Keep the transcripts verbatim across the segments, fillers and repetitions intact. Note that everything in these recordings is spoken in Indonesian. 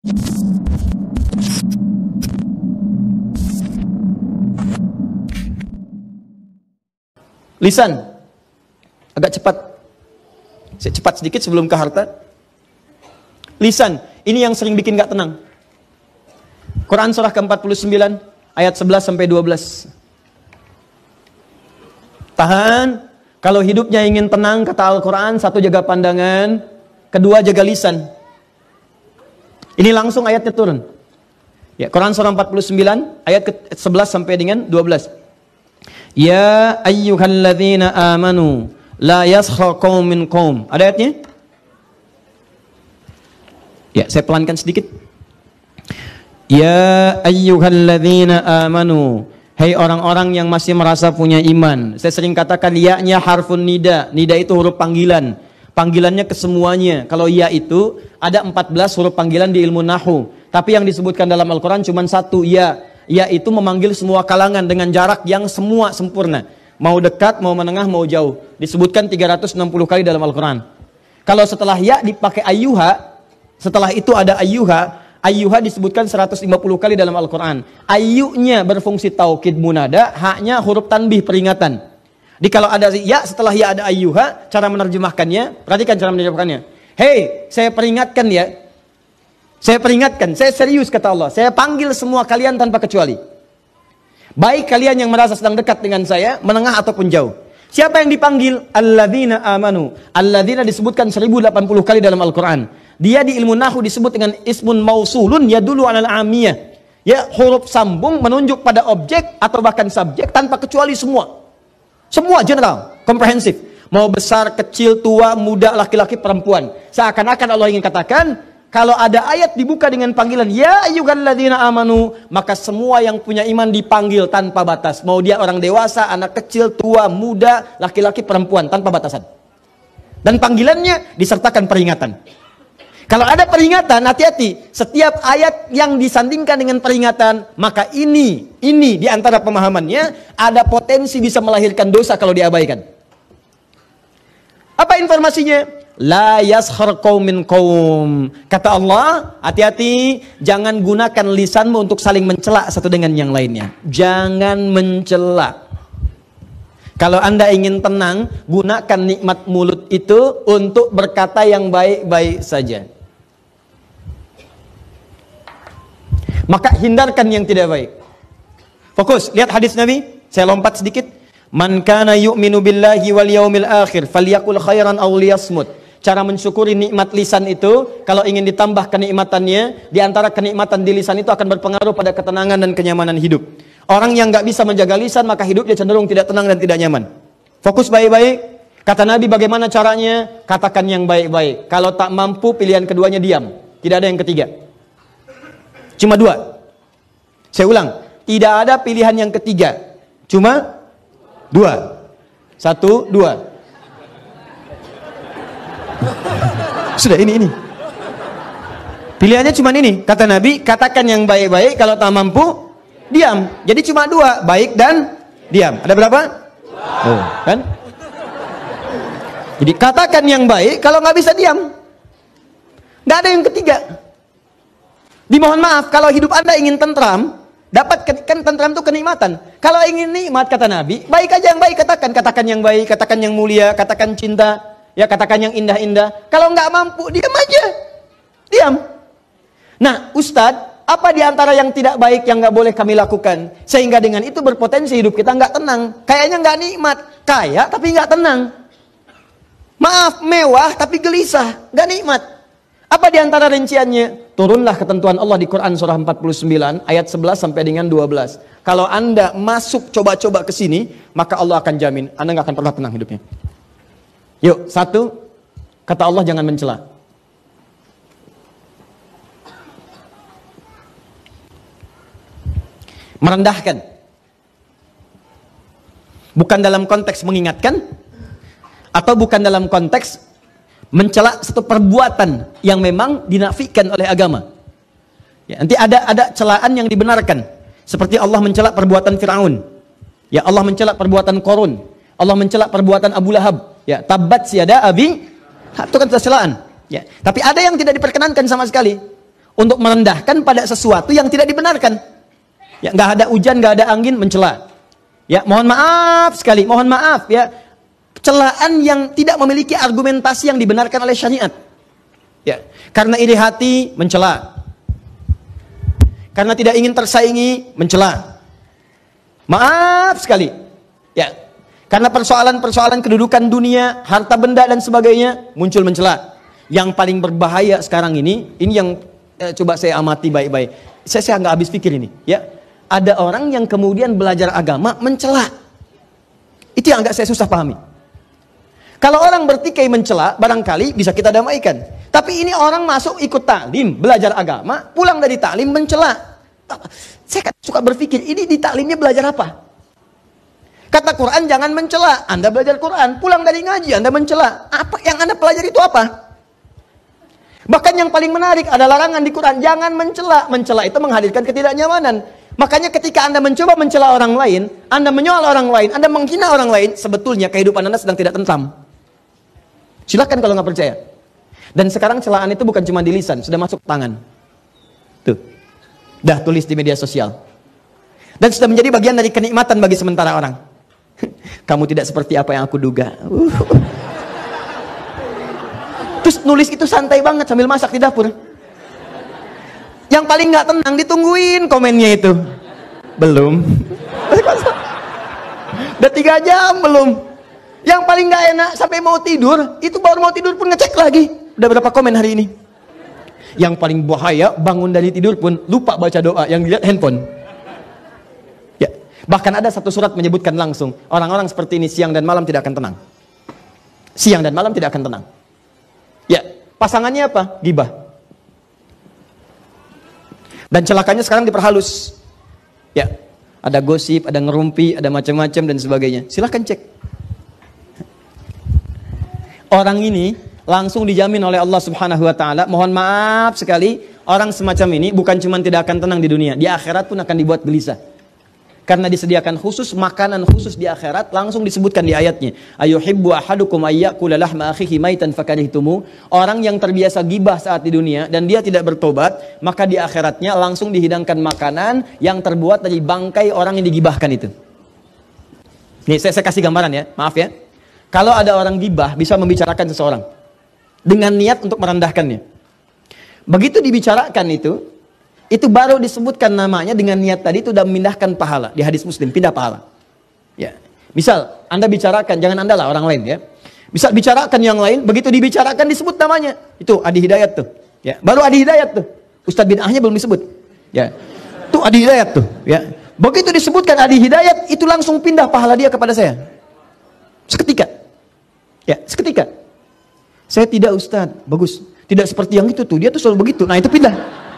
Lisan. Agak cepat. Saya cepat sedikit sebelum ke harta. Lisan. Ini yang sering bikin gak tenang. Quran surah ke empat puluh sembilan ayat sebelas sampai dua belas. Tahan. Kalau hidupnya ingin tenang, kata Al-Quran, satu jaga pandangan, kedua jaga lisan. Ini langsung ayatnya turun. Ya, Quran surah empat puluh sembilan ayat ke sebelas sampai dengan dua belas. Ya ayyuhalladzina amanu la yaskhar qaumin qaum. Ada ayatnya? Ya, saya pelankan sedikit. Ya ayyuhalladzina amanu, hei orang-orang yang masih merasa punya iman. Saya sering katakan ya-nya harfun nida. Nida itu huruf panggilan. Panggilannya ke semuanya. Kalau ya itu ada empat belas huruf panggilan di ilmu nahu. Tapi yang disebutkan dalam Al-Quran cuma satu, ya. Ya itu memanggil semua kalangan dengan jarak yang semua sempurna. Mau dekat, mau menengah, mau jauh. Disebutkan tiga ratus enam puluh kali dalam Al-Quran. Kalau setelah ya dipakai ayyuha, setelah itu ada ayyuha, ayyuha disebutkan seratus lima puluh kali dalam Al-Quran. Ayyunya berfungsi taukid munada, haknya huruf tanbih peringatan. Jadi kalau ada ya, setelah ya ada ayyuha, cara menerjemahkannya, perhatikan cara menerjemahkannya. Hei, saya peringatkan ya. Saya peringatkan, saya serius kata Allah. Saya panggil semua kalian tanpa kecuali. Baik kalian yang merasa sedang dekat dengan saya, menengah ataupun jauh. Siapa yang dipanggil? Alladzina amanu. Alladzina disebutkan seribu delapan puluh kali dalam Al-Quran. Dia di ilmu nahu disebut dengan ismun mausulun yadulu alal amiyah. Ya, huruf sambung menunjuk pada objek atau bahkan subjek tanpa kecuali semua. Semua general, komprehensif. Mau besar, kecil, tua, muda, laki-laki, perempuan. Seakan-akan Allah ingin katakan, kalau ada ayat dibuka dengan panggilan ya ayyuhalladzina amanu, maka semua yang punya iman dipanggil tanpa batas. Mau dia orang dewasa, anak kecil, tua, muda, laki-laki, perempuan, tanpa batasan. Dan panggilannya disertakan peringatan. Kalau ada peringatan, hati-hati. Setiap ayat yang disandingkan dengan peringatan, maka ini, ini diantara pemahamannya, ada potensi bisa melahirkan dosa kalau diabaikan. Apa informasinya? La yaskhar qaumin qaum. Kata Allah, hati-hati, jangan gunakan lisanmu untuk saling mencela satu dengan yang lainnya. Jangan mencela. Kalau Anda ingin tenang, gunakan nikmat mulut itu untuk berkata yang baik-baik saja. Maka hindarkan yang tidak baik. Fokus, lihat hadis Nabi. Saya lompat sedikit. Man kana yu'minu billahi wal yaumil akhir falyaqul khairan aw liyasmut. Cara mensyukuri nikmat lisan itu, kalau ingin ditambah kenikmatannya, di antara kenikmatan di lisan itu akan berpengaruh pada ketenangan dan kenyamanan hidup. Orang yang nggak bisa menjaga lisan, maka hidupnya cenderung tidak tenang dan tidak nyaman. Fokus baik-baik. Kata Nabi bagaimana caranya? Katakan yang baik-baik. Kalau tak mampu, pilihan keduanya diam. Tidak ada yang ketiga. Cuma dua. Saya ulang, tidak ada pilihan yang ketiga. Cuma dua. Satu, dua. Sudah ini ini. Pilihannya cuma ini. Kata Nabi, katakan yang baik-baik, kalau tak mampu, diam. Jadi cuma dua, baik dan diam. Ada berapa? Oh, kan? Jadi katakan yang baik, kalau nggak bisa diam. Nggak ada yang ketiga. Dimohon maaf, kalau hidup Anda ingin tentram, dapat kan tentram itu kenikmatan. Kalau ingin nikmat, kata Nabi, baik aja yang baik katakan. Katakan yang baik, katakan yang mulia, katakan cinta. Ya, katakan yang indah-indah. Kalau nggak mampu, diam aja. Diam. Nah, Ustadz, apa di antara yang tidak baik yang nggak boleh kami lakukan? Sehingga dengan itu berpotensi hidup kita nggak tenang. Kayaknya nggak nikmat. Kaya tapi nggak tenang. Maaf, mewah tapi gelisah. Nggak nikmat. Apa di antara rinciannya? Turunlah ketentuan Allah di Quran surah empat puluh sembilan ayat sebelas sampai dengan dua belas. Kalau Anda masuk coba-coba ke sini, maka Allah akan jamin Anda nggak akan pernah tenang hidupnya. Yuk, satu, kata Allah jangan mencela. Merendahkan. Bukan dalam konteks mengingatkan, atau bukan dalam konteks mencela satu perbuatan yang memang dinafikan oleh agama. Ya, nanti ada ada celaan yang dibenarkan. Seperti Allah mencela perbuatan Fir'aun. Ya, Allah mencela perbuatan Qarun. Allah mencela perbuatan Abu Lahab. Ya, tabat siada abi, itu kan celaan. Ya, tapi ada yang tidak diperkenankan sama sekali. untuk merendahkan pada sesuatu yang tidak dibenarkan. Ya, nggak ada hujan, nggak ada angin, mencela. Ya, mohon maaf sekali, mohon maaf ya. Celaan yang tidak memiliki argumentasi yang dibenarkan oleh syariat. Ya, karena iri hati, mencela. Karena tidak ingin tersaingi, mencela. Maaf sekali. Ya, karena persoalan-persoalan kedudukan dunia, harta benda dan sebagainya, muncul mencela. Yang paling berbahaya sekarang ini, ini yang eh, coba saya amati baik-baik. Saya saya nggak habis pikir ini, ya. Ada orang yang kemudian belajar agama mencela. Itu yang agak saya susah pahami. Kalau orang bertikai mencela, barangkali bisa kita damaikan. Tapi ini orang masuk ikut taklim, belajar agama, pulang dari taklim mencela. Saya suka berpikir, ini di taklimnya belajar apa? Kata Quran jangan mencela. Anda belajar Quran, pulang dari ngaji Anda mencela. Apa yang Anda pelajari itu apa? Bahkan yang paling menarik ada larangan di Quran, jangan mencela. Mencela itu menghadirkan ketidaknyamanan. Makanya ketika Anda mencoba mencela orang lain, Anda menyoal orang lain, Anda menghina orang lain, sebetulnya kehidupan Anda sedang tidak tentram. Silakan kalau nggak percaya. Dan sekarang celaan itu bukan cuma di lisan, sudah masuk tangan. Tuh, dah tulis di media sosial. Dan sudah menjadi bagian dari kenikmatan bagi sementara orang. Kamu tidak seperti apa yang aku duga. Uh. Terus nulis itu santai banget sambil masak di dapur. Yang paling nggak tenang ditungguin komennya itu. Belum. Udah tiga jam belum. Yang paling nggak enak sampai mau tidur, itu baru mau tidur pun ngecek lagi. Udah berapa komen hari ini? Yang paling bahaya, bangun dari tidur pun lupa baca doa, yang dilihat handphone. Ya, bahkan ada satu surat menyebutkan langsung, orang-orang seperti ini siang dan malam tidak akan tenang. Siang dan malam tidak akan tenang. Ya, pasangannya apa? Gibah. Dan celakanya sekarang diperhalus. Ya, ada gosip, ada ngerumpi, ada macam-macam dan sebagainya. Silahkan cek. Orang ini langsung dijamin oleh Allah Subhanahu wa taala. Mohon maaf sekali, orang semacam ini bukan cuma tidak akan tenang di dunia, di akhirat pun akan dibuat gelisah. Karena disediakan khusus makanan khusus di akhirat, langsung disebutkan di ayatnya. Ayuhibbu ahadukum ayyakula lahma akhihi maitan fakarihtumu. Orang yang terbiasa gibah saat di dunia dan dia tidak bertobat, maka di akhiratnya langsung dihidangkan makanan yang terbuat dari bangkai orang yang digibahkan itu. Nih saya, saya kasih gambaran ya, maaf ya. Kalau ada orang gibah bisa membicarakan seseorang dengan niat untuk merendahkannya. Begitu dibicarakan itu, itu baru disebutkan namanya dengan niat tadi itu sudah memindahkan pahala. Di hadis Muslim, pindah pahala. Ya. Misal, Anda bicarakan, jangan Anda lah, orang lain ya. Bisa bicarakan yang lain, begitu dibicarakan disebut namanya. Itu Adi Hidayat tuh. Ya. Baru Adi Hidayat tuh. Ustadz bid'ahnya belum disebut. Ya. Itu Adi Hidayat tuh. Ya. Begitu disebutkan Adi Hidayat, itu langsung pindah pahala dia kepada saya. Seketika. Ya, seketika. Saya tidak Ustadz, bagus. Tidak seperti yang itu tuh, dia tuh selalu begitu. Nah itu pindah.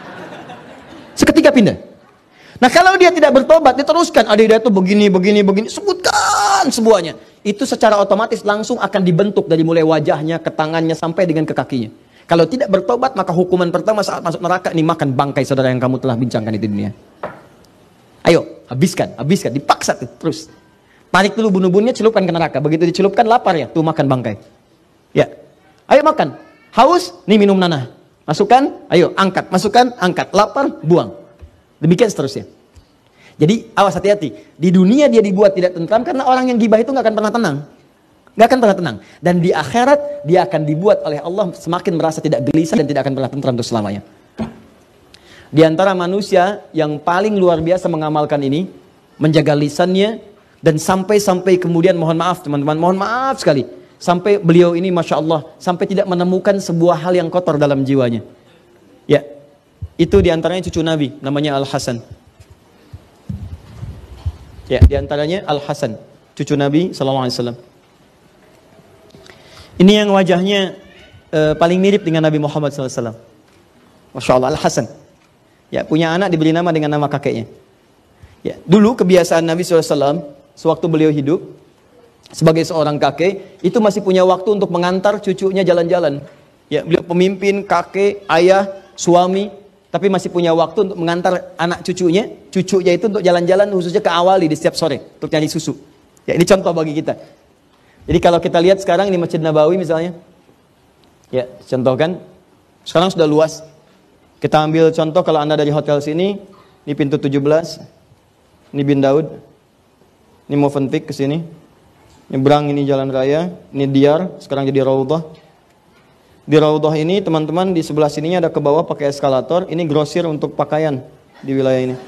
Seketika pindah. Nah kalau dia tidak bertobat, diteruskan. Ada hidayah tuh begini, begini, begini. Sebutkan semuanya. Itu secara otomatis langsung akan dibentuk dari mulai wajahnya, ke tangannya, sampai dengan ke kakinya. Kalau tidak bertobat, maka hukuman pertama saat masuk neraka, ini makan bangkai saudara yang kamu telah bincangkan itu di dunia. Ayo, habiskan, habiskan, dipaksa tuh, terus. Tarik dulu bunuh-bunuhnya, celupkan ke neraka. Begitu dicelupkan, lapar ya, tuh makan bangkai. Ya, ayo makan. Haus, nih minum nanah. Masukkan, ayo angkat. Masukkan, angkat. Lapar, buang. Demikian seterusnya. Jadi, awas hati-hati. Di dunia dia dibuat tidak tentram, karena orang yang gibah itu nggak akan pernah tenang. Nggak akan pernah tenang. Dan di akhirat, dia akan dibuat oleh Allah semakin merasa tidak gelisah dan tidak akan pernah tentram untuk selamanya. Di antara manusia yang paling luar biasa mengamalkan ini, menjaga lisannya, dan sampai-sampai kemudian mohon maaf teman-teman, mohon maaf sekali. Sampai beliau ini Masya Allah, sampai tidak menemukan sebuah hal yang kotor dalam jiwanya. Ya, itu diantaranya cucu Nabi, namanya Al-Hasan. Ya, diantaranya Al-Hasan, cucu Nabi Sallallahu Alaihi Wasallam. Ini yang wajahnya uh, paling mirip dengan Nabi Muhammad Sallallahu Alaihi Wasallam. Masya Allah, Al-Hasan. Ya, punya anak diberi nama dengan nama kakeknya. Ya, dulu kebiasaan Nabi Sallallahu Alaihi Wasallam sewaktu beliau hidup sebagai seorang kakek itu masih punya waktu untuk mengantar cucunya jalan-jalan. Ya, beliau pemimpin, kakek, ayah, suami, tapi masih punya waktu untuk mengantar anak cucunya, cucunya itu untuk jalan-jalan khususnya ke Awali di setiap sore untuk nyari susu. Ya, ini contoh bagi kita. Jadi kalau kita lihat sekarang ini Masjid Nabawi misalnya, ya contoh kan, sekarang sudah luas. Kita ambil contoh kalau Anda dari hotel sini, ini pintu tujuh belas, ini Bin Daud, ini Movenpick ke sini, nyebrang ini jalan raya, ini Diyar, sekarang jadi Raudhah. Di Raudhah ini teman-teman di sebelah sininya ada ke bawah pakai eskalator, ini grosir untuk pakaian di wilayah ini.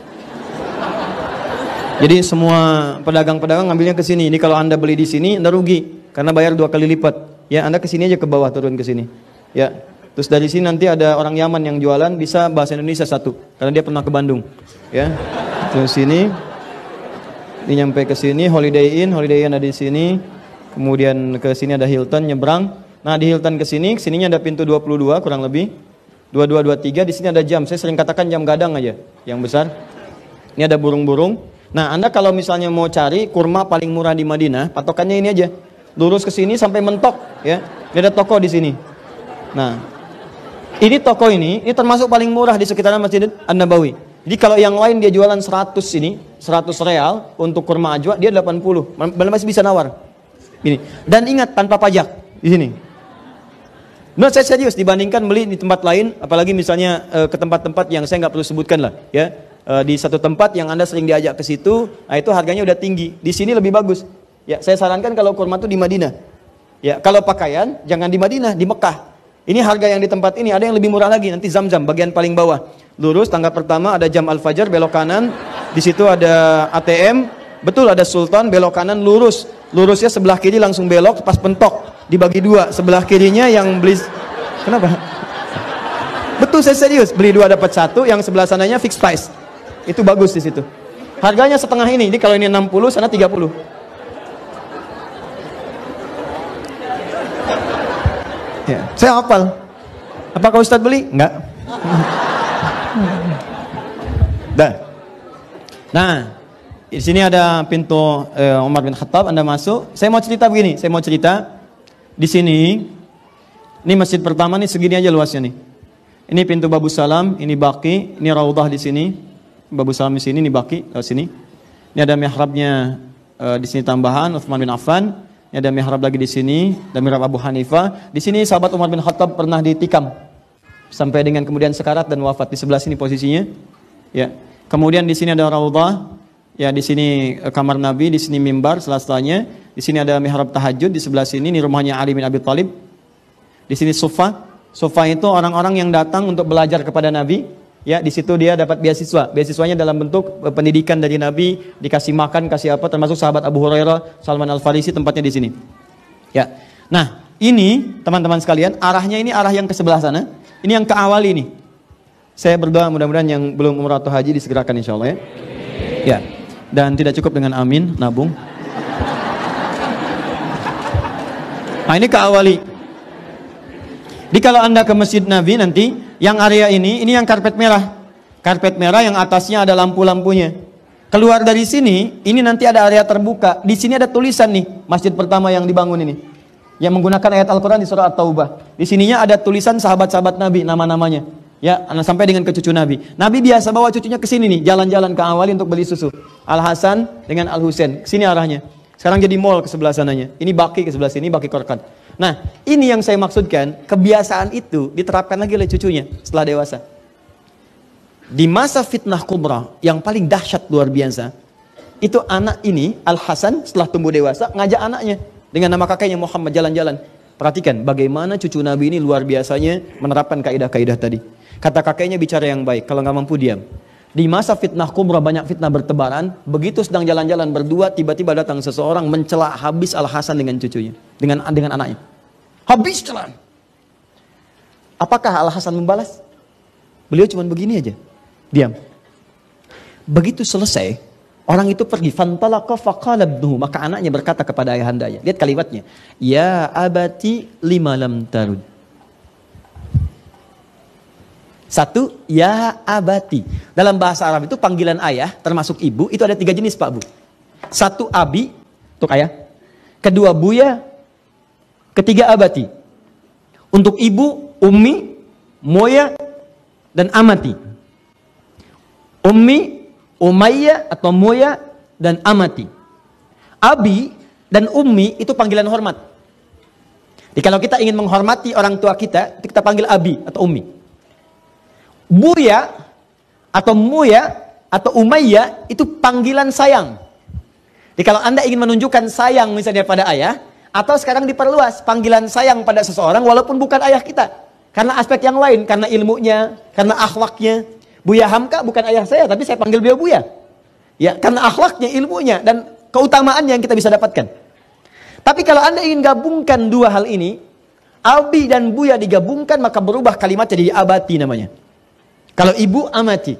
Jadi semua pedagang-pedagang ngambilnya ke sini. Ini kalau Anda beli di sini Anda rugi karena bayar dua kali lipat. Ya, Anda ke sini aja ke bawah, turun ke sini. Ya. Terus dari sini nanti ada orang Yaman yang jualan bisa bahasa Indonesia satu karena dia pernah ke Bandung. Ya. Terus sini ini nyampe ke sini Holiday Inn, Holiday Inn ada di sini. Kemudian ke sini ada Hilton nyebrang. Nah, di Hilton ke sini, ke sininya ada pintu dua puluh dua kurang lebih. dua puluh dua dua puluh tiga di sini ada jam. Saya sering katakan jam gadang aja yang besar. Ini ada burung-burung. Nah, Anda kalau misalnya mau cari kurma paling murah di Madinah, patokannya ini aja. Lurus ke sini sampai mentok, ya. Ini ada toko di sini. Nah, ini toko ini, ini termasuk paling murah di sekitaran Masjid An-Nabawi. Jadi kalau yang lain dia jualan seratus ini, seratus real untuk kurma ajwa, dia delapan puluh. Masih bisa nawar. Ini. Dan ingat tanpa pajak di sini. Nah, saya serius dibandingkan beli di tempat lain, apalagi misalnya e, ke tempat-tempat yang saya nggak perlu sebutkan lah, ya. E, di satu tempat yang Anda sering diajak ke situ, nah itu harganya udah tinggi. Di sini lebih bagus. Ya, saya sarankan kalau kurma itu di Madinah. Ya, kalau pakaian jangan di Madinah, di Mekah. Ini harga yang di tempat ini, ada yang lebih murah lagi, nanti Zam-Zam bagian paling bawah. Lurus tangga pertama ada Jam Al-Fajar, belok kanan. Di situ ada A T M, betul ada Sultan, belok kanan lurus. Lurusnya sebelah kiri langsung belok pas pentok. Dibagi dua, sebelah kirinya yang beli. Kenapa? Betul, saya serius, beli dua dapat satu, yang sebelah sananya fixed price. Itu bagus di situ. Harganya setengah ini. Jadi kalau ini enam puluh, sana tiga puluh. Ya, saya hafal. Apakah Ustadz beli? Enggak. Dah. Nah, di sini ada pintu eh, Umar bin Khattab, Anda masuk. Saya mau cerita begini, saya mau cerita. Di sini, ini masjid pertama nih segini aja luasnya nih. Ini pintu Babu Salam, ini Baqi, ini Raudhah di sini. Babu Salam di sini, ini Baqi di sini. Ini ada mihrabnya uh, di sini tambahan Utsman bin Affan. Ini ada mihrab lagi di sini, ada mihrab Abu Hanifah. Di sini sahabat Umar bin Khattab pernah ditikam sampai dengan kemudian sekarat dan wafat. Di sebelah sini posisinya. Ya. Kemudian di sini ada Raudhah. Ya, di sini kamar Nabi, di sini mimbar selasanya. Di sini ada mihrab tahajud, di sebelah sini ini rumahnya Ali bin Abi Thalib. Di sini Sufa. Sufa itu orang-orang yang datang untuk belajar kepada Nabi. Ya, di situ dia dapat beasiswa. Beasiswanya dalam bentuk pendidikan dari Nabi, dikasih makan, kasih apa, termasuk sahabat Abu Hurairah, Salman Al-Farisi tempatnya di sini. Ya. Nah, ini teman-teman sekalian, arahnya ini arah yang ke sebelah sana. Ini yang ke awal ini. Saya berdoa mudah-mudahan yang belum umrah atau haji disegerakan insyaallah ya. Ya. Dan tidak cukup dengan amin, nabung. Nah, ini ke awali. Jadi kalau Anda ke Masjid Nabi nanti, yang area ini, ini yang karpet merah. Karpet merah yang atasnya ada lampu-lampunya. Keluar dari sini, ini nanti ada area terbuka. Di sini ada tulisan nih, masjid pertama yang dibangun ini. Yang menggunakan ayat Al-Quran di surah At-Taubah. Di sininya ada tulisan sahabat-sahabat Nabi, nama-namanya. Ya, sampai dengan ke cucu Nabi. Nabi biasa bawa cucunya ke sini nih, jalan-jalan ke awali untuk beli susu. Al-Hasan dengan Al-Husain. Sini arahnya. Sekarang jadi mall ke sebelah sananya. Ini Baqi ke sebelah sini, Baqi Korkan. Nah, ini yang saya maksudkan, kebiasaan itu diterapkan lagi oleh cucunya setelah dewasa. Di masa fitnah kubra yang paling dahsyat luar biasa, itu anak ini, Al-Hasan setelah tumbuh dewasa, ngajak anaknya dengan nama kakeknya Muhammad jalan-jalan. Perhatikan bagaimana cucu Nabi ini luar biasanya menerapkan kaidah-kaidah tadi. Kata kakeknya bicara yang baik, kalau nggak mampu diam. Di masa fitnah kubra banyak fitnah bertebaran, begitu sedang jalan-jalan berdua, tiba-tiba datang seseorang mencela habis Al-Hasan dengan cucunya, dengan dengan anaknya. Habis celaan. Apakah Al-Hasan membalas? Beliau cuma begini aja, diam. Begitu selesai, orang itu pergi. Fantalaqa faqala ibnuhu, maka anaknya berkata kepada ayahandanya. Lihat kalimatnya. Ya abati lima lam tarud. Satu, ya abati. Dalam bahasa Arab itu panggilan ayah, termasuk ibu, itu ada tiga jenis Pak Bu. Satu abi, untuk ayah. Kedua buya. Ketiga abati. Untuk ibu, ummi, moya, dan amati. Ummi, umayya atau moya, dan amati. Abi dan ummi itu panggilan hormat. Jadi kalau kita ingin menghormati orang tua kita, kita panggil abi atau ummi. Buya atau Muya atau Umayya itu panggilan sayang. Jadi kalau Anda ingin menunjukkan sayang misalnya pada ayah, atau sekarang diperluas panggilan sayang pada seseorang walaupun bukan ayah kita. Karena aspek yang lain, karena ilmunya, karena akhlaknya. Buya Hamka bukan ayah saya, tapi saya panggil beliau Buya. Ya, karena akhlaknya, ilmunya, dan keutamaannya yang kita bisa dapatkan. Tapi kalau Anda ingin gabungkan dua hal ini, Abi dan Buya digabungkan, maka berubah kalimatnya jadi abati namanya. Kalau ibu, amati.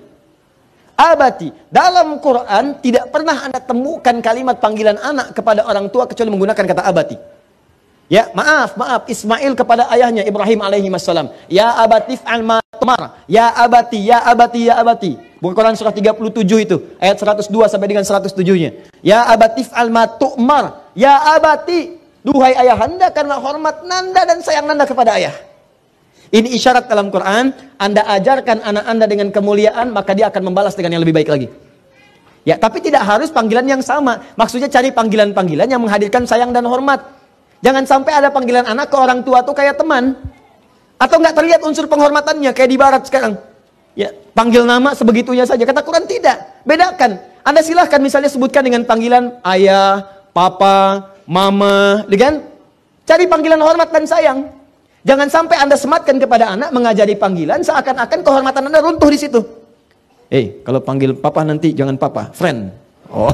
Abati. Dalam Quran tidak pernah Anda temukan kalimat panggilan anak kepada orang tua kecuali menggunakan kata abati. Ya, maaf, maaf. Ismail kepada ayahnya Ibrahim alaihi wassalam. Ya abati fa'al ma tumar. Ya abati, ya abati, ya abati. Buku Quran surah tiga puluh tujuh itu. Ayat seratus dua sampai dengan seratus tujuh-nya. Ya abati fa'al ma tu'mar. Ya abati. Duhai ayahanda, karena hormat nanda dan sayang nanda kepada ayah. Ini isyarat dalam Quran. Anda ajarkan anak Anda dengan kemuliaan, maka dia akan membalas dengan yang lebih baik lagi. Ya, tapi tidak harus panggilan yang sama. Maksudnya cari panggilan-panggilan yang menghadirkan sayang dan hormat. Jangan sampai ada panggilan anak ke orang tua tuh kayak teman. Atau nggak terlihat unsur penghormatannya kayak di barat sekarang. Ya, panggil nama sebegitunya saja. Kata Quran tidak. Bedakan. Anda silahkan misalnya sebutkan dengan panggilan ayah, papa, mama, dengan cari panggilan hormat dan sayang. Jangan sampai Anda sematkan kepada anak mengajari panggilan seakan-akan kehormatan Anda runtuh di situ. Eh, hey, kalau panggil papa nanti jangan papa, friend. Oh.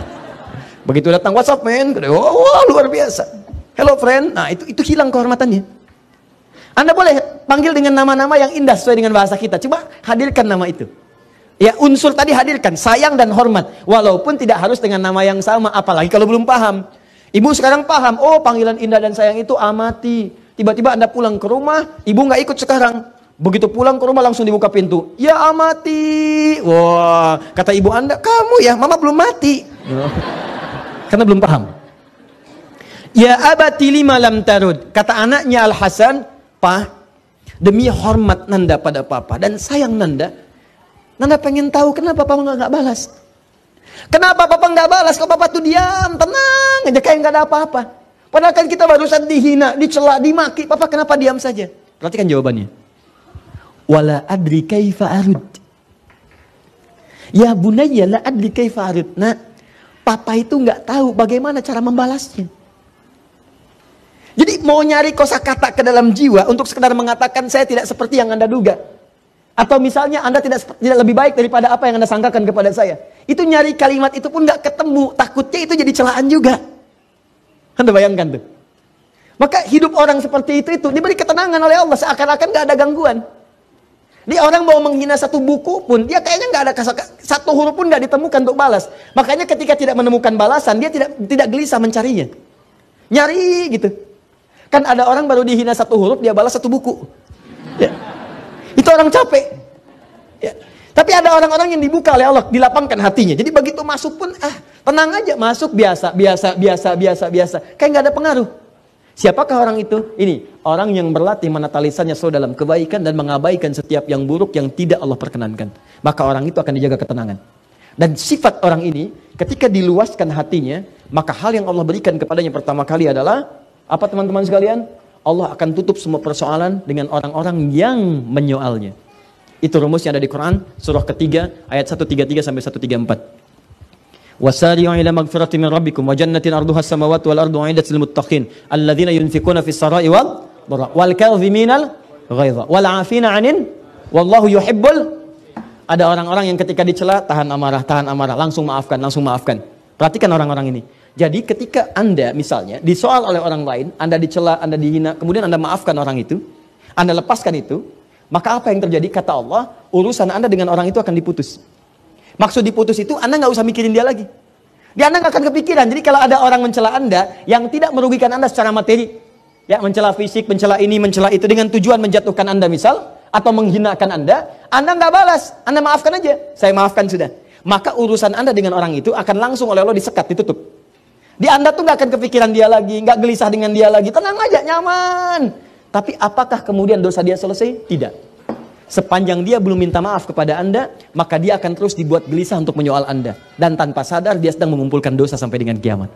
Begitu datang WhatsApp, men, oh, wah, luar biasa. Hello friend. Nah, itu itu hilang kehormatannya. Anda boleh panggil dengan nama-nama yang indah sesuai dengan bahasa kita. Coba hadirkan nama itu. Ya, unsur tadi hadirkan, sayang dan hormat. Walaupun tidak harus dengan nama yang sama, apalagi kalau belum paham. Ibu sekarang paham, oh panggilan indah dan sayang itu amati. Tiba-tiba Anda pulang ke rumah, ibu nggak ikut sekarang. Begitu pulang ke rumah langsung dibuka pintu. Ya amati. Wah, kata ibu Anda, kamu ya, mama belum mati. Karena belum paham. Ya abati lima lam tarud. Kata anaknya Al-Hasan, "Pa, demi hormat Nanda pada papa dan sayang Nanda, Nanda pengen tahu kenapa papa nggak balas. Kenapa papa nggak balas? Kalau papa tuh diam, tenang aja kayak nggak ada apa-apa. Padahal kan kita barusan dihina, dicela, dimaki. Papa kenapa diam saja?" Perhatikan jawabannya. Wala adri kaifa arud. Ya bunayya la adri kaifa arud. Nah, papa itu nggak tahu bagaimana cara membalasnya. Jadi mau nyari kosakata ke dalam jiwa untuk sekedar mengatakan saya tidak seperti yang Anda duga. Atau misalnya Anda tidak tidak lebih baik daripada apa yang Anda sangkakan kepada saya. Itu nyari kalimat itu pun nggak ketemu. Takutnya itu jadi celaan juga. Anda bayangkan tuh. Maka hidup orang seperti itu itu diberi ketenangan oleh Allah seakan-akan nggak ada gangguan. Dia orang mau menghina satu buku pun dia kayaknya nggak ada satu huruf pun nggak ditemukan untuk balas. Makanya ketika tidak menemukan balasan dia tidak tidak gelisah mencarinya. Nyari gitu. Kan ada orang baru dihina satu huruf dia balas satu buku. Ya. Itu orang capek. Ya. Tapi ada orang-orang yang dibuka oleh Allah, dilapangkan hatinya. Jadi begitu masuk pun ah tenang aja masuk biasa biasa biasa biasa biasa. Kayak nggak ada pengaruh. Siapakah orang itu? Ini orang yang berlatih menata lisannya selalu dalam kebaikan dan mengabaikan setiap yang buruk yang tidak Allah perkenankan. Maka orang itu akan dijaga ketenangan. Dan sifat orang ini ketika diluaskan hatinya, maka hal yang Allah berikan kepadanya pertama kali adalah apa teman-teman sekalian? Allah akan tutup semua persoalan dengan orang-orang yang menyoalnya. Itu rumus yang ada di Quran surah ketiga ayat seratus tiga puluh tiga sampai seratus tiga puluh empat. Wasari'u ila magfiratin min rabbikum wa jannatin arduha as-samawati wal ardu 'iddat lil muttaqin alladzina yunfikuna fis sarai wal dharra wal kadhiminal ghaidha wal 'afina 'anil wallahu yuhibbul. Ada orang-orang yang ketika dicela tahan amarah, tahan amarah, langsung maafkan, langsung maafkan. Perhatikan orang-orang ini. Jadi ketika Anda misalnya disoal oleh orang lain, Anda dicela, Anda dihina, kemudian Anda maafkan orang itu, Anda lepaskan itu, maka apa yang terjadi? Kata Allah, urusan Anda dengan orang itu akan diputus. Maksud diputus itu Anda nggak usah mikirin dia lagi. Dia Anda nggak akan kepikiran. Jadi kalau ada orang mencela Anda yang tidak merugikan Anda secara materi, ya mencela fisik, mencela ini, mencela itu dengan tujuan menjatuhkan Anda misal, atau menghinakan Anda, Anda nggak balas, Anda maafkan aja. Saya maafkan sudah. Maka urusan Anda dengan orang itu akan langsung oleh Allah disekat, ditutup. Di Anda tuh nggak akan kepikiran dia lagi, nggak gelisah dengan dia lagi, tenang aja, nyaman. Tapi apakah kemudian dosa dia selesai? Tidak. Sepanjang dia belum minta maaf kepada Anda, maka dia akan terus dibuat gelisah untuk menyoal Anda. Dan tanpa sadar dia sedang mengumpulkan dosa sampai dengan kiamat.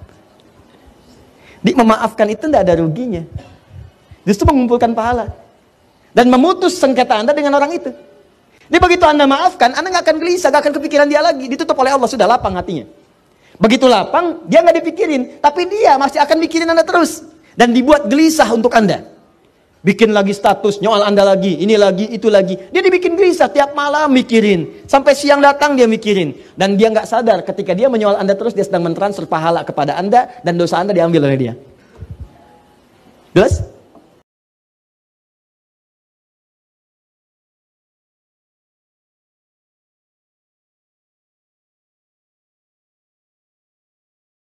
Di memaafkan itu tidak ada ruginya. Justru mengumpulkan pahala. Dan memutus sengketa Anda dengan orang itu. Ini begitu Anda maafkan, Anda nggak akan gelisah, nggak akan kepikiran dia lagi. Ditutup oleh Allah, sudah lapang hatinya. Begitu lapang, dia nggak dipikirin, tapi dia masih akan mikirin Anda terus. Dan dibuat gelisah untuk Anda. Bikin lagi status, nyoal Anda lagi, ini lagi, itu lagi. Dia dibikin gelisah, tiap malam mikirin. Sampai siang datang dia mikirin. Dan dia nggak sadar ketika dia menyoal Anda terus, dia sedang mentransfer pahala kepada Anda, dan dosa Anda diambil oleh dia. Jelas?